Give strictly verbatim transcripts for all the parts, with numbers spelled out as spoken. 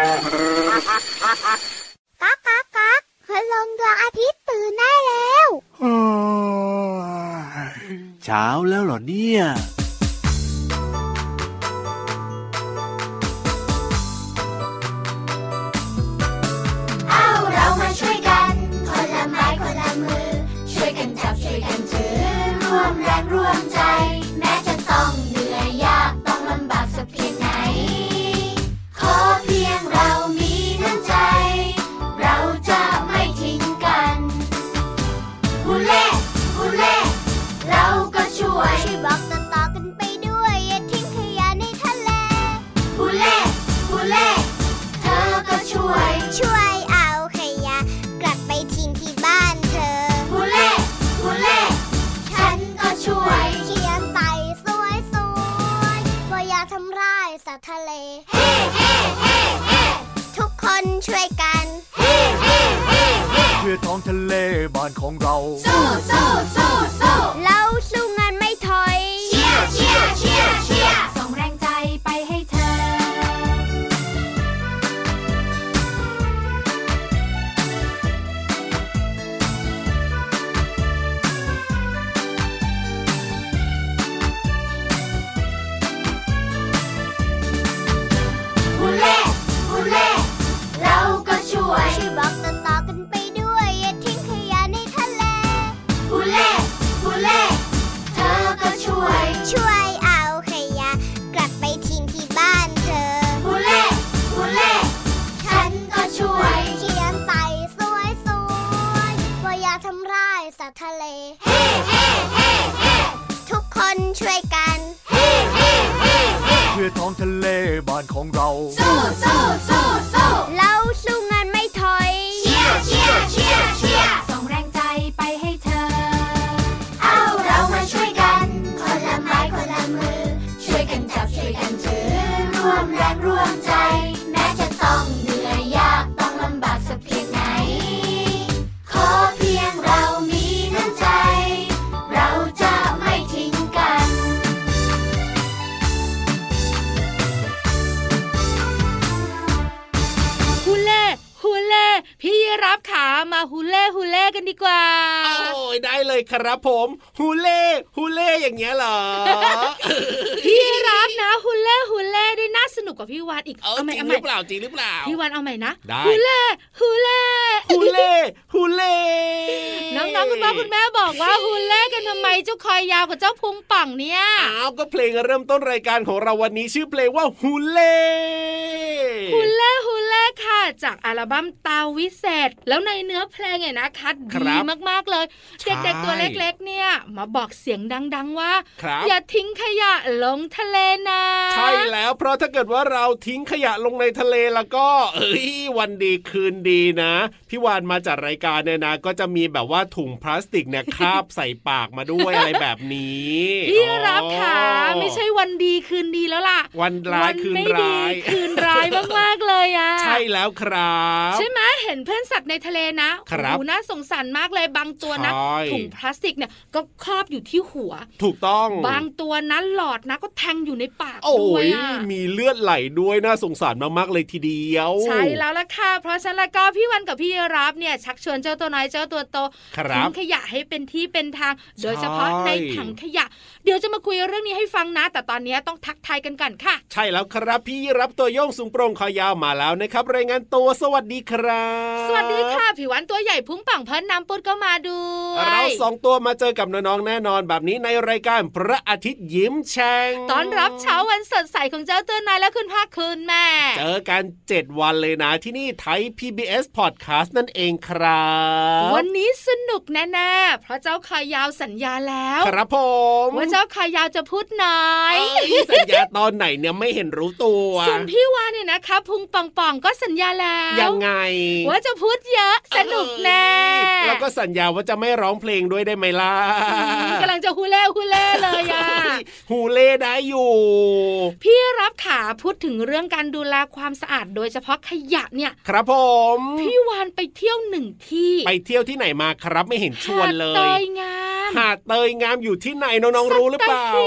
ก๊ากก๊ากก๊ากคืนลงดวงอาทิตย์ตื่นได้แล้วเช้าแล้วเหรอเนี่ยเอาเรามาช่วยกันคนละไม้คนละมือช่วยกันจับช่วยกันถือร่วมแรงร่วมใจแม้จะต้องเหนื่อยยากต้องลำบากสักเพียงไหนขอเพียงเรามีน้ำใจเราจะไม่ทิ้งกันฮูเล่ฮูเล่เราก็ช่วยช่วยบอกต่อๆกันไปด้วยอย่าทิ้งขยะในทะเลฮูเล่ฮูเล่เธอก็ช่วยช่วยเอาขยะกลับไปทิ้งที่บ้านเธอฮูเล่ฮูเล่ฉันก็ช่วยเขียนไปสวยๆว่าอย่าทำร้ายสัตว์ทะเลเฮ้เฮ้เฮ้เฮ้ทุกคนช่วยกันเฮ้เฮ้เฮ้เฮ้เพื่อท้องทะเลบ้านของเราสู้สู้สู้สู้เราสู้งานไม่ถอยเชียร์เชียร์เชียร์เชียร์ส่งแรงใจไปให้เธอฮูเล่ฮูเล่เราก็ช่วยช่วยบอกต่อๆกันไปด้วยอย่าทิ้งขยะในทะเลฮูเล่ฮูเล่เธอก็ช่วยช่วยเอาขยะกลับไปทิ้งที่บ้านเธอฮูเล่ฮูเล่ฉันก็ช่วยเขียนไปสวยๆว่าอย่าทำร้ายสัตว์ทะเลเฮ้เฮ้เฮ้เฮ้ทุกคนช่วยกันเฮ้เฮ้เฮ้เฮ้เพื่อท้องทะเลบ้านของเราสู้สู้สู้สู้เราสู้งานไม่ถอยเชียร์เชียร์เชียร์เชียร์ส่งแรงใจไปให้เธอเอาเรามาช่วยกันคนละไม้คนละมือช่วยกันจับช่วยกันถือร่วมแรงร่วมใจแม้จะต้องเหนื่อยยากต้องลำบากสักเพียงไหนขอเพียงเรามีน้ำใจเราจะไม่ทิ้งกันฮูเล่ฮูเล่พี่รับขามาฮูเล่ฮูเล่กันดีกว่าโอ้ยได้เลยครับผมฮูเล่ฮูเล่อย่างเงี้ยเหรอพี่รับนะฮูเล่ฮูเล่ได้น่าสนุกกว่าพี่วานอีกเอาใหม่จริงหรือเปล่าจริงหรือเปล่าพี่วานเอาใหม่นะได้ฮูเล่ฮูเล่ฮูเล่ฮูเล่น้องๆคุณพ่อคุณแม่บอกว่าฮูเล่กันทำไมเจ้าคอยยาวกับเจ้าพุงป่องเนี่ยอ้าวก็เพลงเริ่มต้นรายการของเราวันนี้ชื่อเพลงว่าฮูเล่ฮูเล่ฮูเล่ค่ะจากอัลบั้มตาวิเศษแล้วในเนื้อเพลงเนี่ยนะคะดีมากๆเลยเด็กๆตัวเล็กๆเนี่ยมาบอกเสียงดังๆว่าอย่าทิ้งขยะลงทะเลนะใช่แล้วเพราะถ้าเกิดว่าเราทิ้งขยะลงในทะเลแล้วก็เอ้ยวันดีคืนดีนะพี่วานมาจัดรายการเนี่ยนะก็จะมีแบบว่าถุงพลาสติกเนี่ยคาบใส่ปากมาด้วย อะไรแบบนี้พี่รับค่ะไม่ใช่วันดีคืนดีแล้วล่ะวันร้ายคืนร้ายคืนร้ายมากๆเลยอ่ะใช่แล้วครับใช่ไหมเห็นเพื่อนสัตว์ในทะเลนะดูน่าสงสารมากเลยบางตัวนะถุงพลาสติกเนี่ยก็ครอบอยู่ที่หัวถูกต้องบางตัวนั้นหลอดนะก็แทงอยู่ในปากด้วยอ่ะมีเลือดไหลด้วยน่าสงสารมากๆเลยทีเดียวใช่แล้วล่ะค่ะเพราะฉะนั้นแล้วก็พี่วันกับพี่รับเนี่ยชักชวนเจ้าตัวน้อยเจ้าตัวโตทิ้งขยะให้เป็นที่เป็นทางโดยเฉพาะในถังขยะเดี๋ยวจะมาคุยเรื่องนี้ให้ฟังนะแต่ตอนนี้ต้องทักทายกันก่อนค่ะใช่แล้วครับพี่รับตัวโยงสูงโปร่งคอยาวมาแล้วนะครับรายงานตัวสวัสดีครับสวัสดีค่ะพี่วันตัวใหญ่พุงป่องเพิ่นน้ำปุดก็มาด้วยเราสองตัวมาเจอกับน้องๆแน่นอนแบบนี้ในรายการพระอาทิตย์ยิ้มแฉ่งตอนรับเช้าวันสดใสของเจ้าตัวนายและคุณภาคคืนแม่เจอกันเจ็ดวันเลยนะที่นี่ไทย พี บี เอส Podcast นั่นเองครับวันนี้สนุกแน่ๆเพราะเจ้าขายาวสัญญาแล้วครับผมว่าเจ้าขายาวจะพูดน้อยสัญญาตอนไหนเนี่ยไม่เห็นรู้ตัวส่วนพี่วานเนี่ยนะคะพุงป่องๆก็สัญญาแล้วยังไงว่าจะพูดเยอะสนุกแน่แล้วก็สัญญาว่าจะไม่ร้องเพลงด้วยได้ไหมล่ะกำลังจะฮูเล่ฮูเล่เลยอ่ะฮูเล่ได้อยู่พี่รับขาพูดถึงเรื่องการดูแลความสะอาดโดยเฉพาะขยะเนี่ยครับผมพี่วานไปเที่ยวหนึ่งที่ไปเที่ยวที่ไหนมาครับไม่เห็นชวนเลยหาดเตยงามหาดเตยงามอยู่ที่ไหนน้องๆรู้หรือเปล่า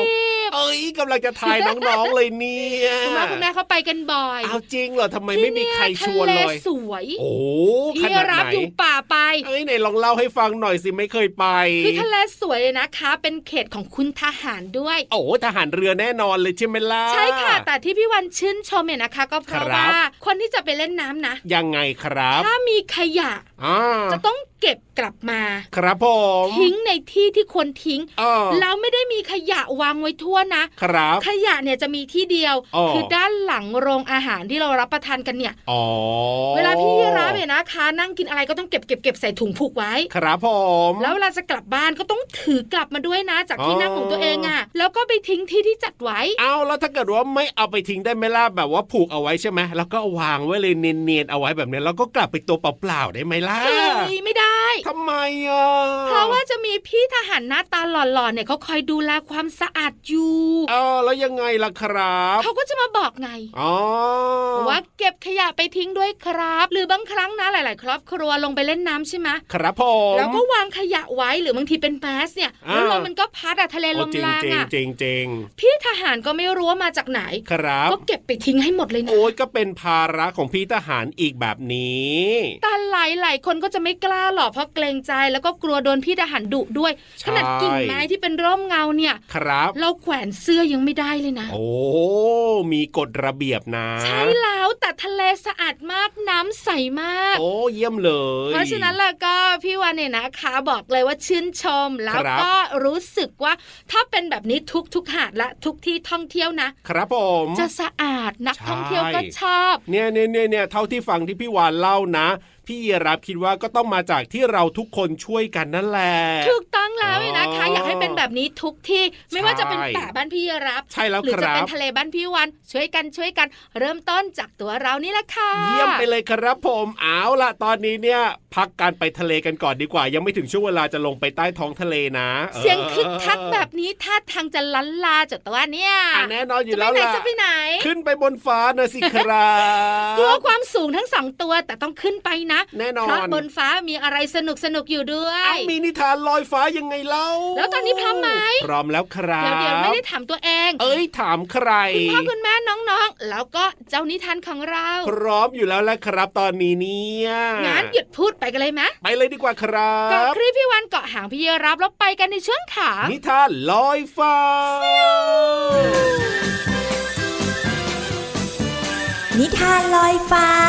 พเอ้ยกำลังจะทายน้องๆเลยเนี่ยคุณพ่อคุณแม่เขาไปกันบ่อยเอาจริงเหรอทำไมไม่มีใครชวนเลยสวยโอ้พี่รับอยู่ป่าไปเอ้ยไหนลองเล่าให้ฟังหน่อยสิไม่เคยไปคือทะเลสวยนะคะเป็นเขตของคุณทหารด้วยโอ้ทหารเรือแน่นอนเลยใช่ไหมล่ะใช่ค่ะแต่ที่พี่วันชื่นชมเนี่ยนะคะก็เพราะว่าคนที่จะไปเล่นน้ำนะยังไงครับถ้ามีขยะจะต้องเก็บกลับมาครับผมทิ้งในที่ที่ควรทิ้งแล้วไม่ได้มีขยะวางไว้ทั่วนะครับขยะเนี่ยจะมีที่เดียวคือด้านหลังโรงอาหารที่เรารับประทานกันเนี่ยเวลาพี่รับเนี่ยนะคะนั่งกินอะไรก็ต้องเก็บเก็บเก็บใส่ถุงผูกไว้ครับผมแล้วเวลาจะกลับบ้านก็ต้องถือกลับมาด้วยนะจากที่นั่งของตัวเองอ่ะแล้วก็ไปทิ้งที่ที่จัดไว้เอาแล้วถ้าเกิดว่าไม่เอาไปทิ้งได้ไหมล่ะแบบว่าผูกเอาไว้ใช่ไหมแล้วก็วางไว้เลยเนียนๆเอาไว้แบบนี้แล้วก็กลับไปตัวเปล่าๆได้ไหมล่ะไม่ได้ทำไมอ่ะเพราะว่าจะมีพี่ทหารหน้าตาหล่อๆเนี่ยเขาคอยดูแลความสะอาดอยู่เออแล้วยังไงล่ะครับเขาก็จะมาบอกไงอ๋อว่าเก็บขยะไปทิ้งด้วยครับหรือบางครั้งนะหลายๆครอบครัวลงไปเล่นน้ำใช่ไหมครับผมแล้วก็วางขยะไว้หรือบางทีเป็นแมสเนี่ยแล้วลมมันก็พัดอะทะเลลมแรงอะจริงจริงพี่ทหารก็ไม่รู้ว่ามาจากไหนครับก็เก็บไปทิ้งให้หมดเลยนะโอ้ยก็เป็นภาระของพี่ทหารอีกแบบนี้แต่หลายๆคนก็จะไม่กล้าหรอกเพราะเกรงใจแล้วก็กลัวโดนพี่ทหารดุด้วยขนาดกิ่งไม้ที่เป็นร่มเงาเนี่ยครับเราแขวนเสื้อยังไม่ได้เลยนะโอ้มีกฎระเบียบนะใช่แล้วแต่ทะเลสะอาดมากน้ำใสมากโอ้เยี่ยมเลยเพราะฉะนั้นแล้วก็พี่วานเนี่ยนะคะบอกเลยว่าชื่นชมแล้วก็รู้สึกว่าถ้าเป็นแบบนี้ทุกทุกหาดและทุกที่ท่องเที่ยวนะครับผมจะสะอาดนักท่องเที่ยวก็ชอบเนี่ยเนี่ยเนี่ยเท่าที่ฟังที่พี่วานเล่านะพี่รับคิดว่าก็ต้องมาจากที่เราทุกคนช่วยกันนั่นแหละถูกต้องแล้วนะคะอยากให้เป็นแบบนี้ทุกที่ไม่ว่าจะเป็นป่าบ้านพี่รับใช่แล้วหรือจะเป็นทะเลบ้านพี่วันช่วยกันช่วยกันเริ่มต้นจากตัวเรานี่แหละค่ะเยี่ยมไปเลยครับผมเอาล่ะตอนนี้เนี่ยพักการไปทะเลกันก่อนดีกว่ายังไม่ถึงช่วงเวลาจะลงไปใต้ท้องทะเลนะเสียงคึกคักแบบนี้ท่าทางจะลันลาจากตัวเนี่ยแน่นอนอยู่แล้วล่ะจะไปไหนขึ้นไปบนฟ้านะสิครับกลัวความสูงทั้งสองตัวแต่ต้องขึ้นไปนะแน่นอนเพราะบนฟ้ามีอะไรสนุกสนุกอยู่ด้วยมีนิทานลอยฟ้ายังไงเล่าแล้วตอนนี้พร้อมไหมพร้อมแล้วครับเดี๋ยวเดี๋ยวไม่ได้ถามตัวเองเอ้ยถามใครคุณพ่อคุณแม่น้องๆแล้วก็เจ้านิทานของเราพร้อมอยู่แล้วแหละครับตอนนี้เนี่ยงั้นหยุดพูดไปกันเลยไหมไปเลยดีกว่าครับเกาะครีพี่วันเกาะหางพี่รับแล้วไปกันในช่วงขานิทานลอยฟ้านิทานลอยฟ้า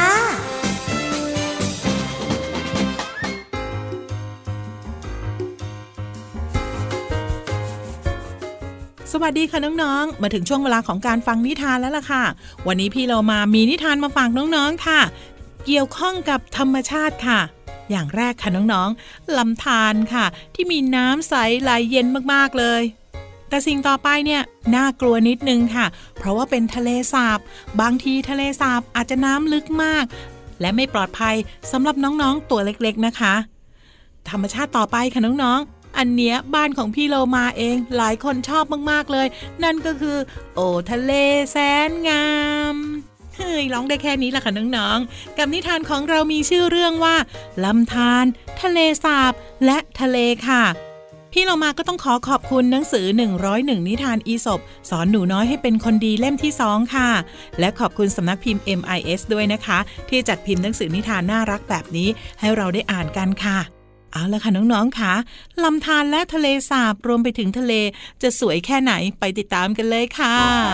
สวัสดีค่ะน้องๆมาถึงช่วงเวลาของการฟังนิทานแล้วล่ะค่ะวันนี้พี่เรามามีนิทานมาฝากน้องๆค่ะเกี่ยวข้องกับธรรมชาติค่ะอย่างแรกค่ะน้องๆลำธารค่ะที่มีน้ำใสไหลเย็นมากๆเลยแต่สิ่งต่อไปเนี่ยน่ากลัวนิดนึงค่ะเพราะว่าเป็นทะเลสาบบางทีทะเลสาบอาจจะน้ำลึกมากและไม่ปลอดภัยสำหรับน้องๆตัวเล็กๆนะคะธรรมชาติต่อไปค่ะน้องๆอันเนี้ยบ้านของพี่โลมาเองหลายคนชอบมากๆเลยนั่นก็คือโอ้ทะเลแสนงามเฮ้ยร้องได้แค่นี้แหละค่ะน้องๆกับนิทานของเรามีชื่อเรื่องว่าลำธารทะเลสาบและทะเลค่ะพี่โลมาก็ต้องขอขอบคุณหนังสือหนึ่งร้อยเอ็ดนิทานอีสปสอนหนูน้อยให้เป็นคนดีเล่มที่สองค่ะและขอบคุณสำนักพิมพ์ เอ็ม ไอ เอส ด้วยนะคะที่จัดพิมพ์หนังสือนิทานน่ารักแบบนี้ให้เราได้อ่านกันค่ะเอาละค่ะน้องๆค่ะลำธารและทะเลสาบรวมไปถึงทะเลจะสวยแค่ไหนไปติดตามกันเลยค่ะ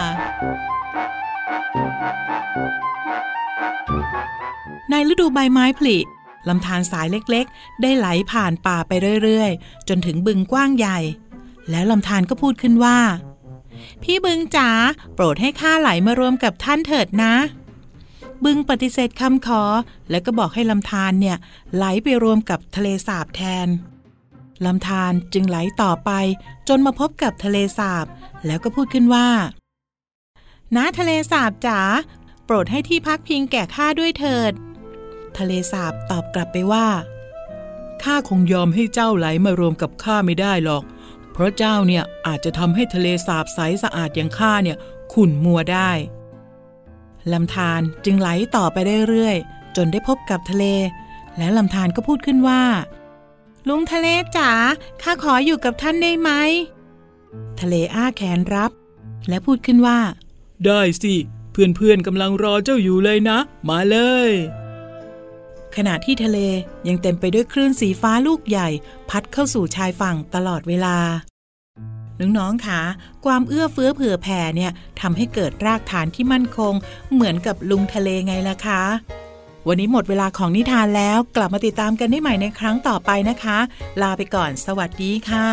ในฤดูใบไม้ผลิลำธารสายเล็กๆได้ไหลผ่านป่าไปเรื่อยๆจนถึงบึงกว้างใหญ่แล้วลำธารก็พูดขึ้นว่าพี่บึงจ๋าโปรดให้ข้าไหลมารวมกับท่านเถิดนะบึงปฏิเสธคำขอแล้วก็บอกให้ลำธารเนี่ยไหลไปรวมกับทะเลสาบแทนลำธารจึงไหลต่อไปจนมาพบกับทะเลสาบแล้วก็พูดขึ้นว่าณทะเลสาบจ๋าโปรดให้ที่พักพิงแก่ข้าด้วยเถิดทะเลสาบตอบกลับไปว่าข้าคงยอมให้เจ้าไหลมารวมกับข้าไม่ได้หรอกเพราะเจ้าเนี่ยอาจจะทำให้ทะเลสาบใสสะอาดอย่างข้าเนี่ยขุ่นมัวได้ลำธารจึงไหลต่อไปเรื่อยๆจนได้พบกับทะเลและลำธารก็พูดขึ้นว่าลุงทะเลจ๋าข้าขออยู่กับท่านได้ไหมทะเลอ้าแขนรับและพูดขึ้นว่าได้สิเพื่อนๆกำลังรอเจ้าอยู่เลยนะมาเลยขณะที่ทะเลยังเต็มไปด้วยคลื่นสีฟ้าลูกใหญ่พัดเข้าสู่ชายฝั่งตลอดเวลาน้องๆค่ะความเอื้อเฟื้อเผื่อแผ่เนี่ยทำให้เกิดรากฐานที่มั่นคงเหมือนกับลุงทะเลไงล่ะคะวันนี้หมดเวลาของนิทานแล้วกลับมาติดตามกันได้ใหม่ในครั้งต่อไปนะคะลาไปก่อนสวัสดีค่ะ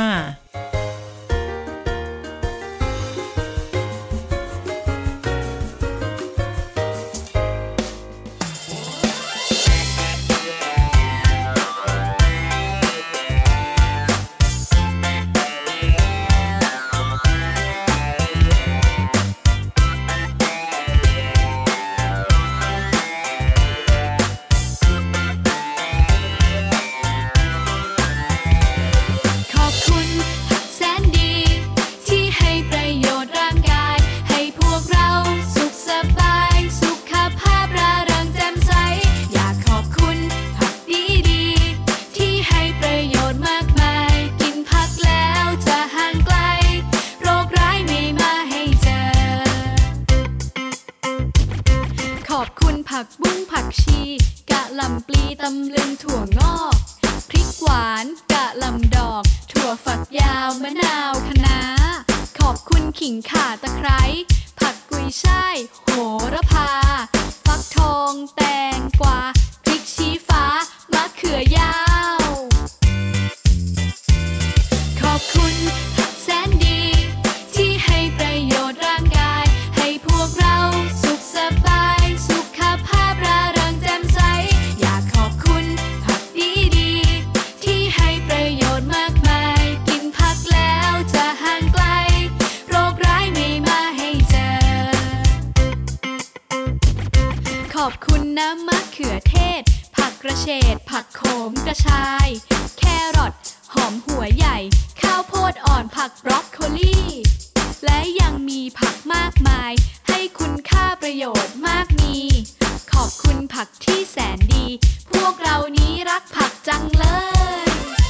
ผักบุ้งผักชีกะหล่ำปลีตำลึงถั่วงอกพริกหวานกะหล่ำดอกถั่วฝักยาวมะนาวคะน้าขอบคุณขิงข่าตะไคร้ผักกุยช่ายโหระพาฟักทองแตงกวาพริกชี้ฟ้ามะเขือยาวขอบคุณผักแสนดีที่ให้ประโยชน์ร่างกายให้พวกเราสุขสบายสุขภาพร่าเริงแจ่มใสอยากขอบคุณผักดีๆที่ให้ประโยชน์มากมายกินผักแล้วจะห่างไกลโรคร้ายไม่มาให้เจอขอบคุณน้ำมะเขือเทศผักกระเฉดผักโขมกระชายแครอทหอมหัวใหญ่ข้าวโพดอ่อนผักบรอกโคลีและยังมีผักมากมายให้คุณค่าประโยชน์มากมีขอบคุณผักที่แสนดีพวกเรานี้รักผักจังเลย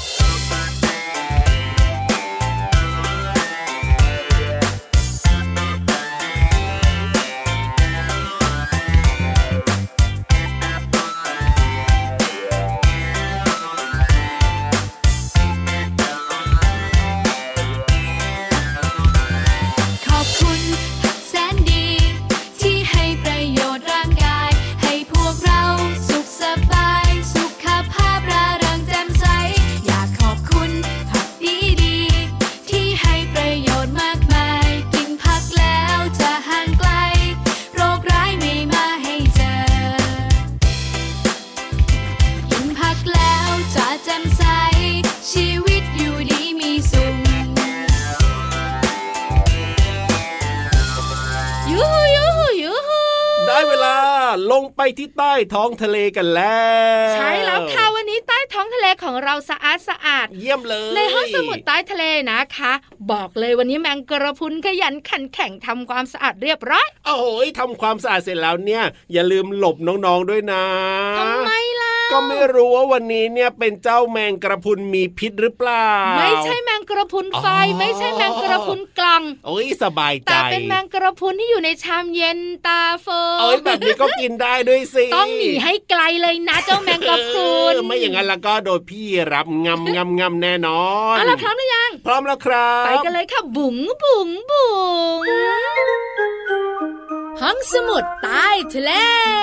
ลงไปที่ใต้ท้องทะเลกันแล้วใช่แล้วค่ะวันนี้ใต้ท้องทะเลของเราสะอาดสะอาดเยี่ยมเลยในห้องสมุดใต้ทะเลนะคะบอกเลยวันนี้แมงกระพุนขยันขันแข็งทำความสะอาดเรียบร้อยโอ้โหทำความสะอาดเสร็จแล้วเนี่ยอย่าลืมหลบน้องๆด้วยนะทำไมล่ะก็ไม่รู้ว่าวันนี้เนี่ยเป็นเจ้าแมงกระพุนมีพิษหรือเปล่าไม่ใช่แมงกระพุนไฟไม่ใช่แมงกระพุนกลังโอ้ยสบายใจแต่เป็นแมงกระพุนที่อยู่ในชามเย็นตาโฟโอ้ยแบบนี้ก็กินได้ด้วยสิต้องหนีให้ไกลเลยนะเจ้าแมงกระพุนไม่อย่างนั้นแล้วก็โดนพี่รับงำงำงำแน่นอนเอาล่ะพร้อมหรือยังพร้อมแล้วครับไปกันเลยค่ะบุ๋งบุ๋งบุ๋งห้องสมุดใต้ทะเล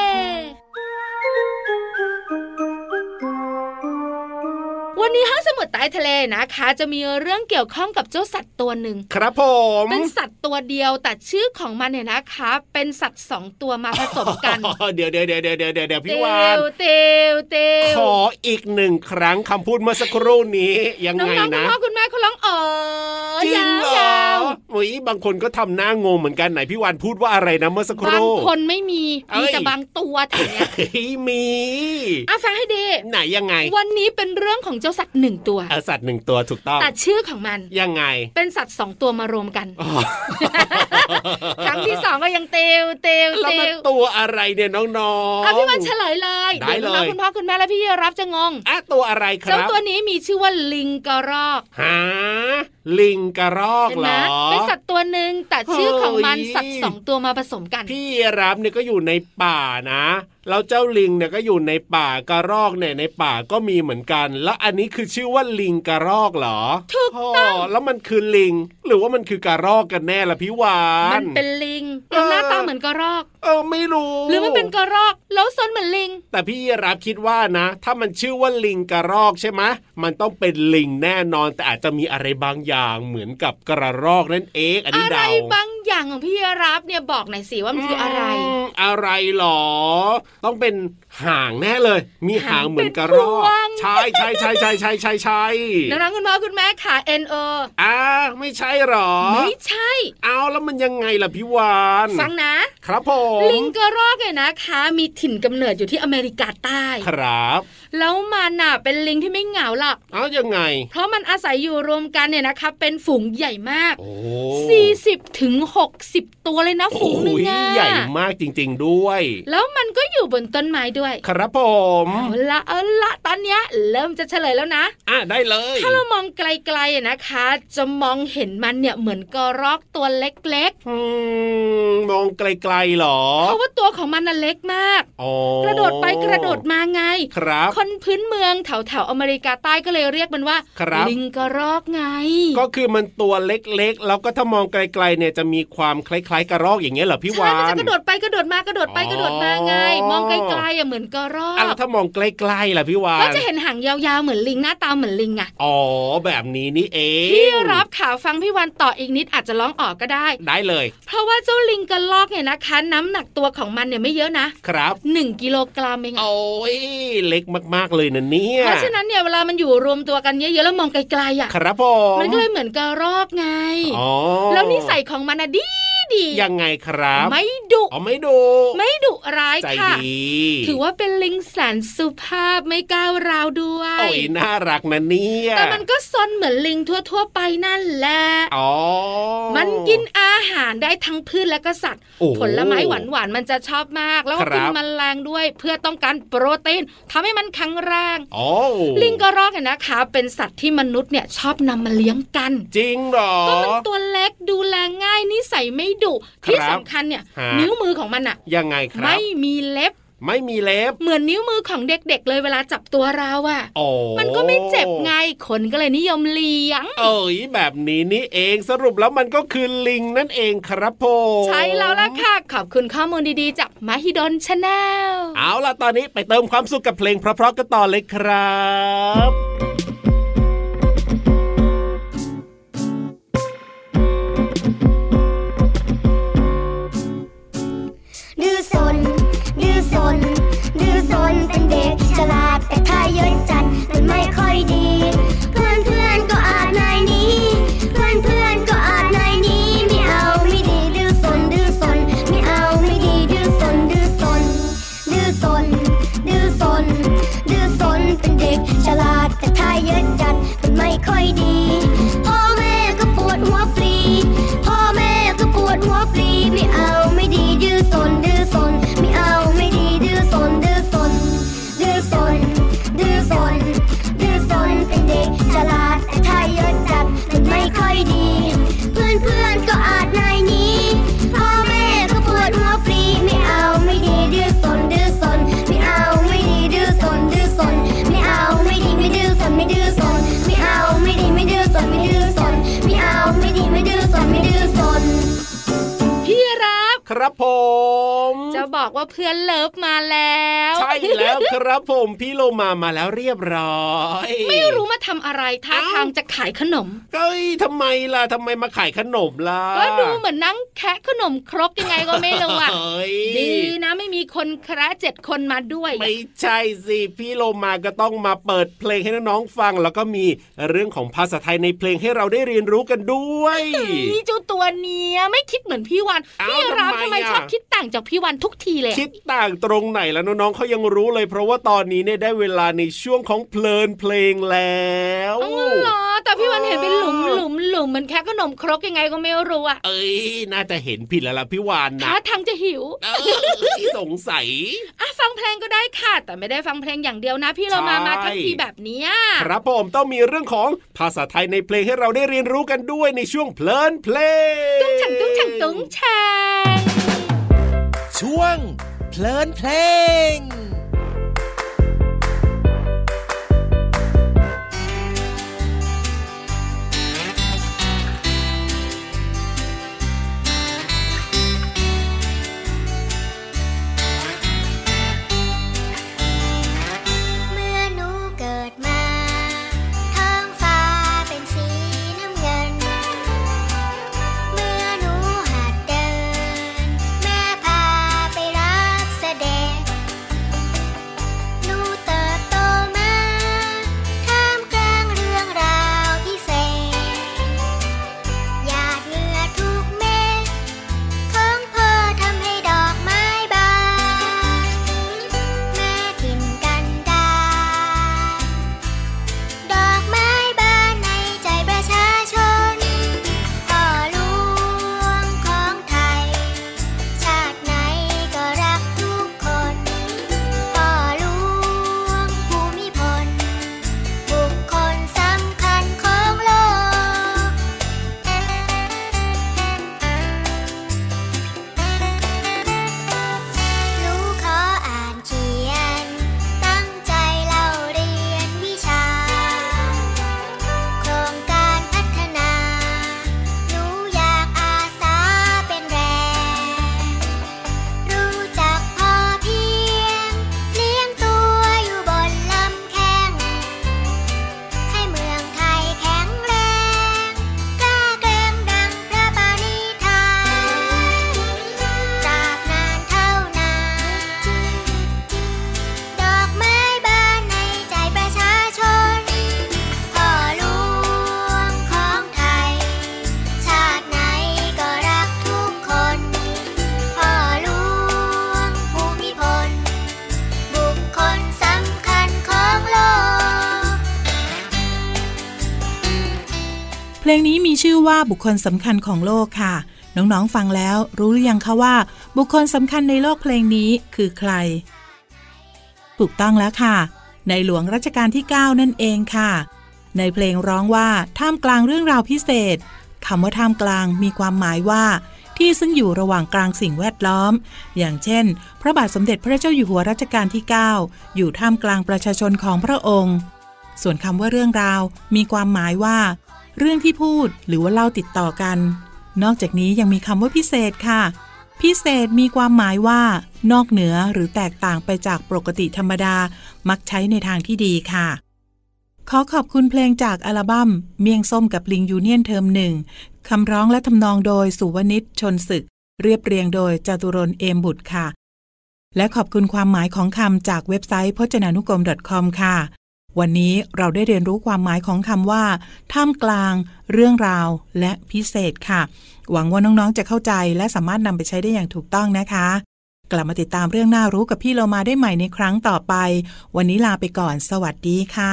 วันนี้ห้องสมุดใต้ทะเลนะคะจะมีเรื่องเกี่ยวข้องกับเจ้าสัตว์ตัวหนึ่งครับผมเป็นสัตว์ตัวเดียวแต่ชื่อของมันเนี่ยนะคะเป็นสัตว์สองตัวมาผสมกันเดี๋ยวเดี๋ยวเดี๋ยวเดี๋ยวเดี๋ยวเดี๋ยวพี่วานเตียวเตียวขออีกหนึ่งครั้งคำพูดเมื่อสักครู่นี้ยังไงนะน้องๆคุณพ่อคุณแม่เขาร้องอ๋อจริงเหรออุ้ยบางคนก็ทำหน้างงเหมือนกันไหนพี่วานพูดว่าอะไรนะเมื่อสักครู่บางคนไม่มีมีแต่บางตัวแต่เนี้ยมีอ่ะฟังให้ดีไหนยังไงวันนี้เป็นเรื่องของเจ้าสัตว์หนึ่งตัวเออสัตว์หนึ่งตัวถูกต้องแต่ชื่อของมันยังไงเป็นสัตว์สองตัวมารวมกันครั้งที่สองก็ยังเตียวเตียวแล้วมันตัวอะไรเนี่ยน้องๆอ่ะพี่วันเฉลยเลยได้เลยคุณพ่อคุณแม่และพี่รับจะงงอ่ะตัวอะไรครับเจ้าตัวนี้มีชื่อว่าลิงกระรอกฮะลิงกระรอกเหรอเป็เป็นสัตว์ตัวหนึ่งแต่ชื่อของมันสัตว์สองตัวมาผสมกันพี่รับเนี่ยก็อยู่ในป่านะแล้วเจ้าลิงเนี่ยก็อยู่ในป่ากระรอกเนี่ยในป่าก็มีเหมือนกันแล้วอันนี้คือชื่อว่าลิงกระรอกเหรอถูกต้องแล้วมันคือลิงหรือว่ามันคือกระรอกกันแน่ล่ะพี่วานมันเป็นลิงแล้วหน้าตาเหมือนกระรอกเออไม่รู้หรือมันเป็นกระรอกแล้วซนเหมือนลิงแต่พี่รับคิดว่านะถ้ามันชื่อว่าลิงกระรอกใช่ไหมมันต้องเป็นลิงแน่นอนแต่อาจจะมีอะไรบางอย่างเหมือนกับกระรอกนั่นเองอันนี้เดาอะไรบางอย่างของพี่รับเนี่ยบอกหน่อยสิว่ามันคืออะไรอะไรหรอต้องเป็นหางแน่เลยมีหางเหมือนกระรอกใช่ใช่ใช่ใช่ใช่ใช่ใช่น้องๆคุณพ่อคุณแม่ค่ะ เอ็น โออ่าไม่ใช่หรอไม่ใช่เอาแล้วมันยังไงล่ะพี่วานฟังนะครับผมลิงกระรอกเนี่ยนะคะมีถิ่นกำเนิดอยู่ที่อเมริกาใต้ครับแล้วมันน่ะเป็นลิงที่ไม่เหงาหรอกเอายังไงเพราะมันอาศัยอยู่รวมกันเนี่ยนะคะเป็นฝูงใหญ่มากสี่สิบถึงหกสิบตัวเลยนะฝูงนึงอ่ะใหญ่มากจริงๆด้วยแล้วมันก็อยู่บนต้นไม้ด้วยครับผมเอาละเอาละตอนเนี้ยเริ่มจะเฉลยแล้วนะอ่ะได้เลยถ้าเรามองไกลๆนะคะจะมองเห็นมันเนี่ยเหมือนกระรอกตัวเล็กๆอืมมองไกลๆหรอเพราะว่าตัวของมันน่ะเล็กมากกระโดดไปกระโดดมาไงครับคนพื้นเมืองแถวๆอเมริกาใต้ก็เลยเรียกมันว่าลิงกระรอกไงก็คือมันตัวเล็กๆแล้วก็ถ้ามองไกลๆเนี่ยจะมีความคล้ายๆกระรอกอย่างเงี้ยเหรอพี่วานใช่มันจะกระโดดไปกระโดดมากระโดดไปกระโดดมาไงมองไกลๆอ่ะเหมือนกระรอกแล้วถ้ามองใกล้ๆล่ะพี่วานก็จะเห็นหางยาวๆเหมือนลิงหน้าตาเหมือนลิงอ่ะอ๋อแบบนี้นี่เองพี่รับข่าวฟังพี่วานต่ออีกนิดอาจจะร้องออกก็ได้ได้เลยเพราะว่าเจ้าลิงกระรอกเนี่ยนะคะน้ำหนักตัวของมันเนี่ยไม่เยอะนะครับหนึ่งกิโลกรัมเองโอ้ยเล็กมากๆเลยนะเนี่ยเพราะฉะนั้นเนี่ยเวลามันอยู่รวมตัวกันเยอะๆแล้วมองไกลๆอ่ะครับผมมันก็เลยเหมือนกระรอกไงอ๋อแล้วนิสัยของมันน่ะดีดียังไงครับไม่ดุอ๋อไม่ดุไม่ดุร้ายค่ะใจดีถือว่าเป็นลิงแสนสุภาพไม่ก้าวร้าวด้วยโอ้ยน่ารักนะเนี่ยแต่มันก็ซนเหมือนลิงทั่วๆไปนั่นแหละอ๋อมันกินอาหารได้ทั้งพืชและก็สัตว์ผลไม้หวานๆมันจะชอบมากแล้วก็กินแมลงด้วยเพื่อต้องการโปรตีนทำให้มันแข็งแรงลิงกระรอกเนี่ยนะคะเป็นสัตว์ที่มนุษย์เนี่ยชอบนำมาเลี้ยงกันจริงเหรอก็มันตัวเล็กดูแลง่ายนิสัยไม่ดุที่สำคัญเนี่ยนิ้วมือของมันอะยังไงครับไม่มีเล็บไม่มีเล็บเหมือนนิ้วมือของเด็กๆเลยเวลาจับตัวเราอะมันก็ไม่เจ็บไงคนก็เลยนิยมเลี้ยงเอ้ยแบบนี้นี่เองสรุปแล้วมันก็คือลิงนั่นเองครับผมใช่แล้วล่ะค่ะขอบคุณข้อมูลดีๆจากมหิดล Channel เอาล่ะตอนนี้ไปเติมความสุขกับเพลงเพราะๆกันต่อเลยครับดื้อซนดื้อซนดื้อซนเป็นเด็กฉลาดแต่ถ้าเยอะจัดมันไม่ค่อยดีเพื่อนเพื่อนก็อาจนายนี้เพื่อนเพื่อนก็อาจนายนี้ไม่เอาไม่ดีดื้อซนดื้อซนไม่เอาไม่ดีดื้อซนดื้อซนดื้อซนดื้อซนดื้อซนเป็นเด็กฉลาดแต่ถ้าเยอะจัดมันไม่ค่อยดีพ่อแม่ก็ปวดหัวฟรีพ่อแม่ก็ปวดหัวฟรีไม่เอาไม่ดีดื้อซนดื้อซนไม่เอาไม่ดีดื้อซนดื้อซนดื้อซนดื้อซนดื้อซนเป็นเด็กฉลาดแต่ถ้าเยอะจัดมันไม่ค่อยดีเพื่อนเพื่อนก็อาจนายนี้พ่อแม่ก็ปวดหัวฟรีไม่เอาไม่ดีดื้อซนดื้อซนไม่เอาไม่ดีดื้อซนดื้อซนไม่เอาไม่ดีไม่ดื้อซนไม่ดื้อซนไม่เอาไม่ดีไม่ดื้อซนไม่ดื้อซนไม่เอาไม่ดีไม่ดื้อซนไม่ดื้อซนพี่รับครับผมจะบอกว่าเพื่อนเลิฟมาแล้วใช่แล้วครับผมพี่โลมามาแล้วเรียบร้อยไม่รู้มาทำอะไรท่าทางจะขายขนมเอ้ยทำไมล่ะทำไมมาขายขนมล่ะก็ดูเหมือนนั่งแคะขนมครกยังไงก็ไม่รู้อ่ะดีนะไม่มีคนแคะเจ็ดคนมาด้วยไม่ใช่สิพี่โลมาก็ต้องมาเปิดเพลงให้น้องๆฟังแล้วก็มีเรื่องของภาษาไทยในเพลงให้เราได้เรียนรู้กันด้วยนี่เจ้าตัวเนี้ยไม่คิดเหมือนพี่วานพี่รับทำไมชอบคิดต่างจากพี่วันทุกทีเลยคิดต่างตรงไหนแล้วน้องๆเขายังรู้เลยเพราะว่าตอนนี้เนี่ยได้เวลาในช่วงของเพลินเพลงแล้วอ๋อเหรอแต่พี่วันเห็นเป็นหลุมหลุมหลุมเหมือนแค่ขนมครกยังไงก็ไม่รู้อ่ะเอ้ยน่าจะเห็นผิดแล้วล่ะพี่วานนะถ้าทางจะหิวสงสัยอ่ะฟังเพลงก็ได้ค่ะแต่ไม่ได้ฟังเพลงอย่างเดียวนะพี่เรามามาทั้งทีแบบนี้ครับผมต้องมีเรื่องของภาษาไทยในเพลงให้เราได้เรียนรู้กันด้วยในช่วงเพลินเพลงตุ้งฉังตุ้งฉังตุ้งแชงช่วงเพลินเพลงเพลงนี้มีชื่อว่าบุคคลสำคัญของโลกค่ะน้องๆฟังแล้วรู้หรือยังคะว่าบุคคลสำคัญในโลกเพลงนี้คือใครถูกต้องแล้วค่ะในหลวงรัชกาลที่เก้านั่นเองค่ะในเพลงร้องว่าท่ามกลางเรื่องราวพิเศษคำว่าท่ามกลางมีความหมายว่าที่ซึ่งอยู่ระหว่างกลางสิ่งแวดล้อมอย่างเช่นพระบาทสมเด็จพระเจ้าอยู่หัวรัชกาลที่เก้าอยู่ท่ามกลางประชาชนของพระองค์ส่วนคำว่าเรื่องราวมีความหมายว่าเรื่องที่พูดหรือว่าเล่าติดต่อกันนอกจากนี้ยังมีคำว่าพิเศษค่ะพิเศษมีความหมายว่านอกเหนือหรือแตกต่างไปจากปกติธรรมดามักใช้ในทางที่ดีค่ะขอขอบคุณเพลงจากอัลบั้มเมี่ยงส้มกับลิงยูเนียนเทอมหนึ่งคำร้องและทำนองโดยสุวนิชชนศึกเรียบเรียงโดยจตุรนต์เอมบุตรค่ะและขอบคุณความหมายของคำจากเว็บไซต์พจนานุกรม .com ค่ะวันนี้เราได้เรียนรู้ความหมายของคำว่าท่ามกลางเรื่องราวและพิเศษค่ะหวังว่าน้องๆจะเข้าใจและสามารถนำไปใช้ได้อย่างถูกต้องนะคะกลับมาติดตามเรื่องน่ารู้กับพี่เรามาได้ใหม่ในครั้งต่อไปวันนี้ลาไปก่อนสวัสดีค่ะ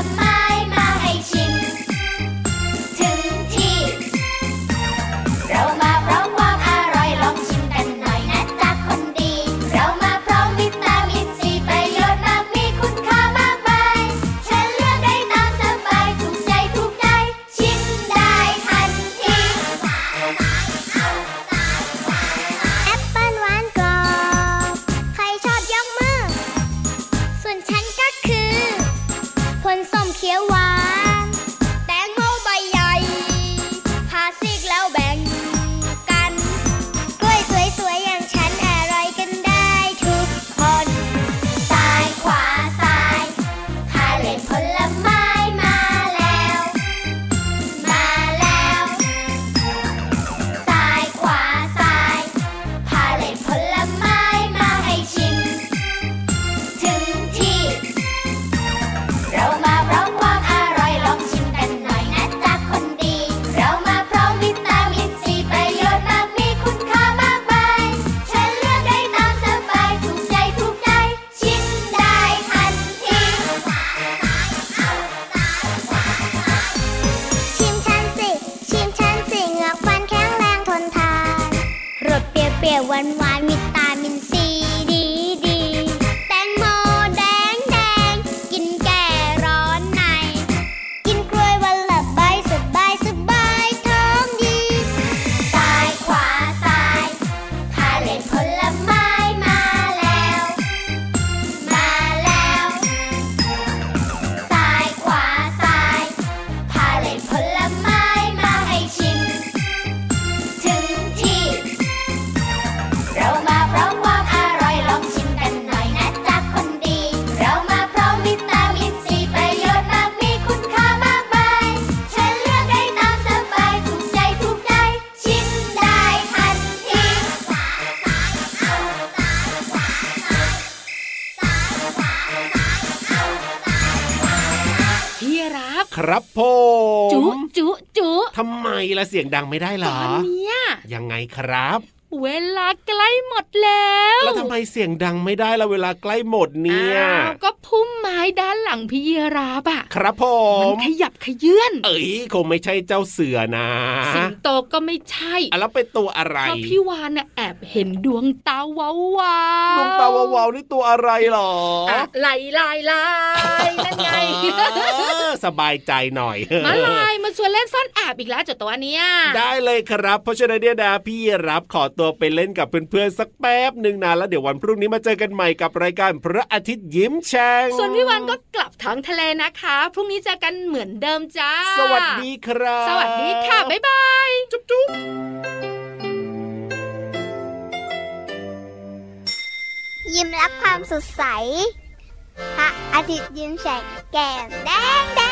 เราหวานหวานวิตามินซีดีดีแตงโมแดงแดงกินแก้ร้อนในกินกล้วยวันละใบสบายสบายท้องดีซ้ายขวาซ้ายพาเล่นผลไม้มาแล้วมาแล้วซ้ายขวาซ้ายพาเล่นผลไม้มาให้ชิมถึงที่เรามาพร้อมความอร่อยลองชิมกันหน่อยนะจ๊ะคนดีเรามาพร้อมวิตามินซีประโยชน์มากมีคุณค่ามากมายฉันเลือกได้ตามสบายถูกใจถูกใจชิมได้ทันทีพี่รับครับผมจุจุจุทำไมล่ะเสียงดังไม่ได้เหรตออนเนี้ยยังไงครับเวลาใกล้หมดแล้วแล้วทำไมเสียงดังไม่ได้ล่ะเวลาใกล้หมดเนี่ยอ้าวก็พุ่มไม้ด้านหลังพี่รับอะครับผมันมขยับขยื่นเอ้ยคงไม่ใช่เจ้าเสือนะสิงโตก็ไม่ใช่อ่ะแล้วเป็นตัวอะไรเพราะพี่วานน่ะแอบเห็นดวงตาวาววาดวงตาวาวๆนี่ตัวอะไรหรออะลายลายลายนั่นไงเออสบายใจหน่อยมาลายมาชวนเล่นซ่อนแอบอีกแล้วเจ้าตัวเนี้ยได้เลยครับเพราะฉะนั้นเนี่ยนะพี่รับขอตัวไปเล่นกับเพื่อนๆสักแป๊บหนึ่งนะแล้วเดี๋ยววันพรุ่งนี้มาเจอกันใหม่กับรายการพระอาทิตย์ยิ้มแฉ่งส่วนพี่วันก็กลับท้องทะเลนะคะพรุ่งนี้เจอกันเหมือนเดิมจ้าสวัสดีครับสวัสดีค่ะบ๊ายบายจุ๊บจุ๊บยิ้มรับความสดใสพระอาทิตย์ยิ้มแฉกแก้มแดงแด